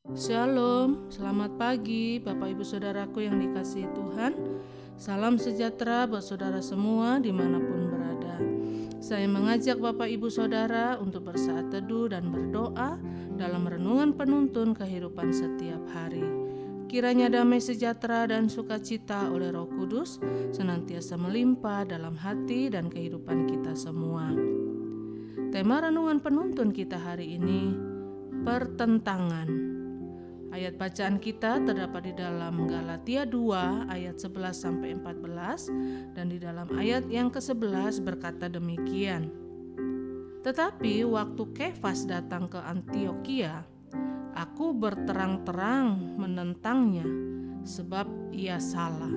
Shalom, selamat pagi Bapak Ibu Saudaraku yang dikasihi Tuhan. Salam sejahtera buat saudara semua dimanapun berada. Saya mengajak Bapak Ibu Saudara untuk bersaat teduh dan berdoa dalam renungan penuntun kehidupan setiap hari. Kiranya damai sejahtera dan sukacita oleh Roh Kudus senantiasa melimpah dalam hati dan kehidupan kita semua. Tema renungan penuntun kita hari ini, pertentangan. Ayat bacaan kita terdapat di dalam Galatia 2 ayat 11-14 dan di dalam ayat yang ke-11 berkata demikian. Tetapi waktu Kefas datang ke Antiokhia, aku berterang-terang menentangnya sebab ia salah.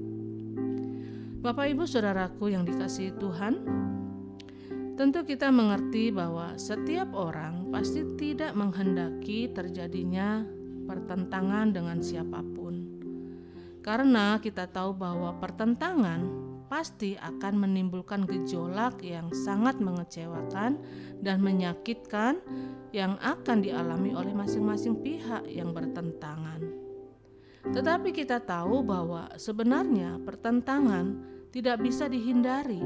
Bapak Ibu Saudaraku yang dikasihi Tuhan, tentu kita mengerti bahwa setiap orang pasti tidak menghendaki terjadinya pertentangan dengan siapapun. Karena kita tahu bahwa pertentangan pasti akan menimbulkan gejolak yang sangat mengecewakan dan menyakitkan yang akan dialami oleh masing-masing pihak yang bertentangan. Tetapi kita tahu bahwa sebenarnya pertentangan tidak bisa dihindari.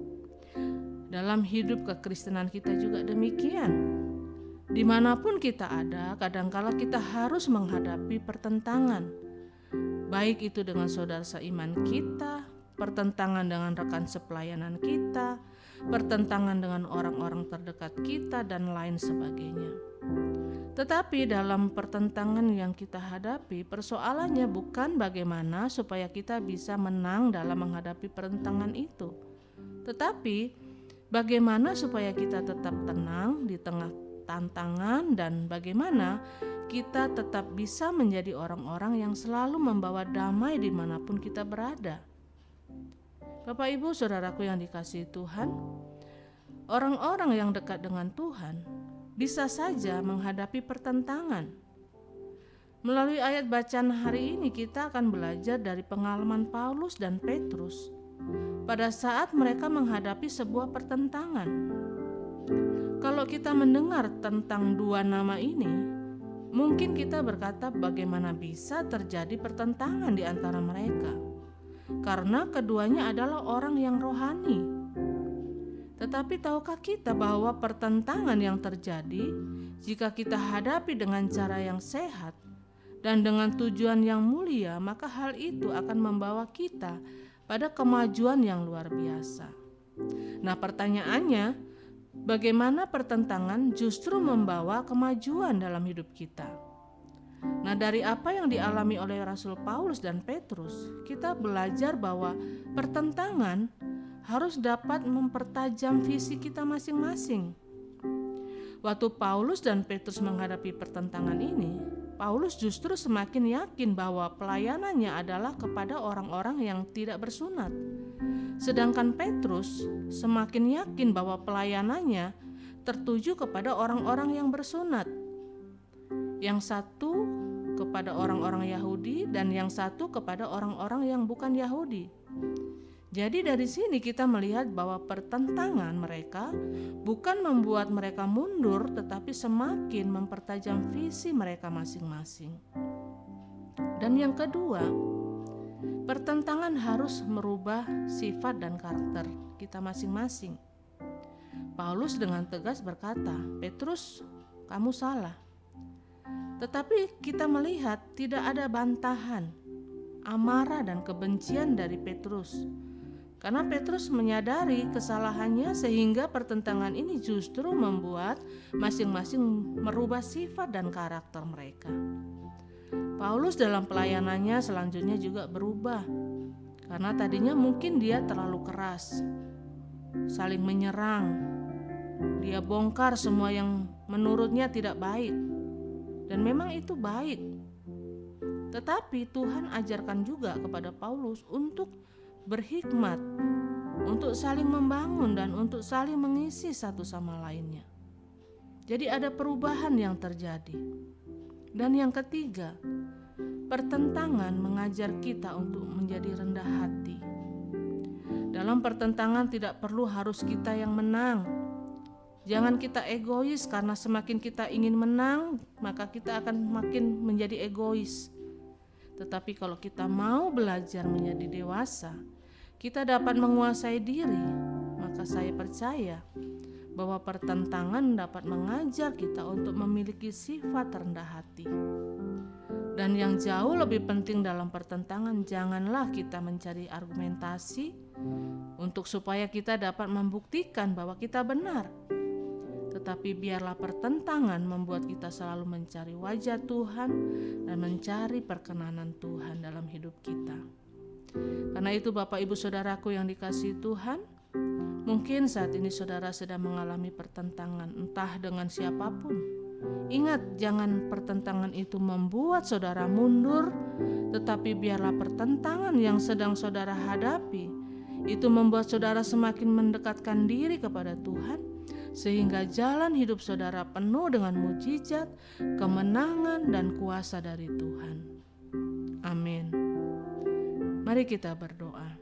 Dalam hidup kekristenan kita juga demikian. Dimanapun kita ada, kadangkala kita harus menghadapi pertentangan. Baik itu dengan saudara seiman kita, pertentangan dengan rekan sepelayanan kita, pertentangan dengan orang-orang terdekat kita, dan lain sebagainya. Tetapi dalam pertentangan yang kita hadapi, persoalannya bukan bagaimana supaya kita bisa menang dalam menghadapi pertentangan itu, tetapi bagaimana supaya kita tetap tenang di tengah tantangan dan bagaimana kita tetap bisa menjadi orang-orang yang selalu membawa damai dimanapun kita berada. Bapak Ibu Saudaraku yang dikasihi Tuhan, orang-orang yang dekat dengan Tuhan bisa saja menghadapi pertentangan. Melalui ayat bacaan hari ini kita akan belajar dari pengalaman Paulus dan Petrus pada saat mereka menghadapi sebuah pertentangan. Kalau kita mendengar tentang dua nama ini, mungkin kita berkata bagaimana bisa terjadi pertentangan di antara mereka, karena keduanya adalah orang yang rohani. Tetapi tahukah kita bahwa pertentangan yang terjadi jika kita hadapi dengan cara yang sehat dan dengan tujuan yang mulia, maka hal itu akan membawa kita pada kemajuan yang luar biasa. Nah, pertanyaannya, bagaimana pertentangan justru membawa kemajuan dalam hidup kita? Nah, dari apa yang dialami oleh Rasul Paulus dan Petrus, kita belajar bahwa pertentangan harus dapat mempertajam visi kita masing-masing. Waktu Paulus dan Petrus menghadapi pertentangan ini, Paulus justru semakin yakin bahwa pelayanannya adalah kepada orang-orang yang tidak bersunat. Sedangkan Petrus semakin yakin bahwa pelayanannya tertuju kepada orang-orang yang bersunat. Yang satu kepada orang-orang Yahudi dan yang satu kepada orang-orang yang bukan Yahudi. Jadi dari sini kita melihat bahwa pertentangan mereka bukan membuat mereka mundur, tetapi semakin mempertajam visi mereka masing-masing. Dan yang kedua, pertentangan harus merubah sifat dan karakter kita masing-masing. Paulus dengan tegas berkata, "Petrus, kamu salah." Tetapi kita melihat tidak ada bantahan, amarah dan kebencian dari Petrus. Karena Petrus menyadari kesalahannya sehingga pertentangan ini justru membuat masing-masing merubah sifat dan karakter mereka. Paulus dalam pelayanannya selanjutnya juga berubah. Karena tadinya mungkin dia terlalu keras, saling menyerang. Dia bongkar semua yang menurutnya tidak baik. Dan memang itu baik. Tetapi Tuhan ajarkan juga kepada Paulus untuk berhikmat, untuk saling membangun dan untuk saling mengisi satu sama lainnya. Jadi ada perubahan yang terjadi. Dan yang ketiga, pertentangan mengajar kita untuk menjadi rendah hati. Dalam pertentangan tidak perlu harus kita yang menang. Jangan kita egois, karena semakin kita ingin menang, maka kita akan makin menjadi egois. Tetapi kalau kita mau belajar menjadi dewasa, kita dapat menguasai diri, maka saya percaya bahwa pertentangan dapat mengajar kita untuk memiliki sifat rendah hati. Dan yang jauh lebih penting dalam pertentangan, janganlah kita mencari argumentasi untuk supaya kita dapat membuktikan bahwa kita benar. Tetapi biarlah pertentangan membuat kita selalu mencari wajah Tuhan dan mencari perkenanan Tuhan dalam hidup kita. Karena itu Bapak Ibu Saudaraku yang dikasihi Tuhan, mungkin saat ini saudara sedang mengalami pertentangan entah dengan siapapun. Ingat, jangan pertentangan itu membuat saudara mundur, tetapi biarlah pertentangan yang sedang saudara hadapi itu membuat saudara semakin mendekatkan diri kepada Tuhan, sehingga jalan hidup saudara penuh dengan mujizat, kemenangan, dan kuasa dari Tuhan. Amin. Mari kita berdoa.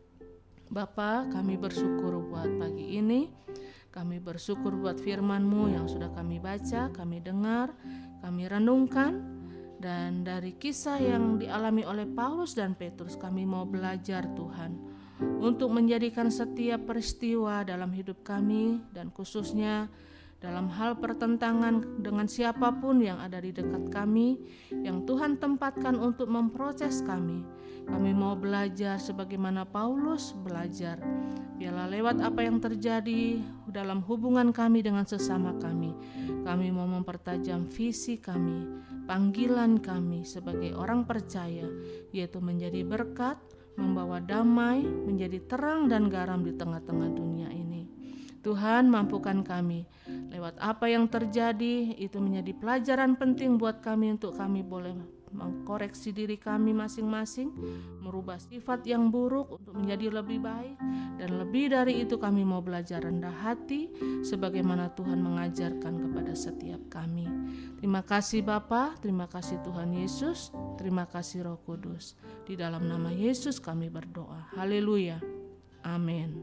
Bapa, kami bersyukur buat pagi ini. Kami bersyukur buat firman-Mu yang sudah kami baca, kami dengar, kami renungkan. Dan dari kisah yang dialami oleh Paulus dan Petrus, kami mau belajar Tuhan, untuk menjadikan setiap peristiwa dalam hidup kami, dan khususnya dalam hal pertentangan dengan siapapun yang ada di dekat kami, yang Tuhan tempatkan untuk memproses kami. Kami mau belajar sebagaimana Paulus belajar. Biarlah lewat apa yang terjadi dalam hubungan kami dengan sesama kami, kami mau mempertajam visi kami, panggilan kami sebagai orang percaya, yaitu menjadi berkat, membawa damai, menjadi terang dan garam di tengah-tengah dunia ini. Tuhan, mampukan kami lewat apa yang terjadi itu menjadi pelajaran penting buat kami, untuk kami boleh mengkoreksi diri kami masing-masing, merubah sifat yang buruk untuk menjadi lebih baik, dan lebih dari itu kami mau belajar rendah hati sebagaimana Tuhan mengajarkan kepada setiap kami. Terima kasih Bapa, terima kasih Tuhan Yesus, terima kasih Roh Kudus. Di dalam nama Yesus kami berdoa. Haleluya. Amin.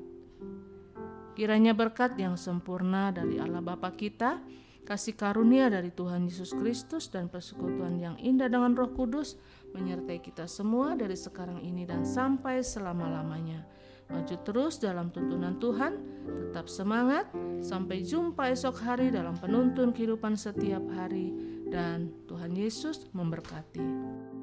Kiranya berkat yang sempurna dari Allah Bapa kita, kasih karunia dari Tuhan Yesus Kristus, dan persekutuan yang indah dengan Roh Kudus menyertai kita semua dari sekarang ini dan sampai selama-lamanya. Maju terus dalam tuntunan Tuhan, tetap semangat, sampai jumpa esok hari dalam penuntun kehidupan setiap hari, dan Tuhan Yesus memberkati.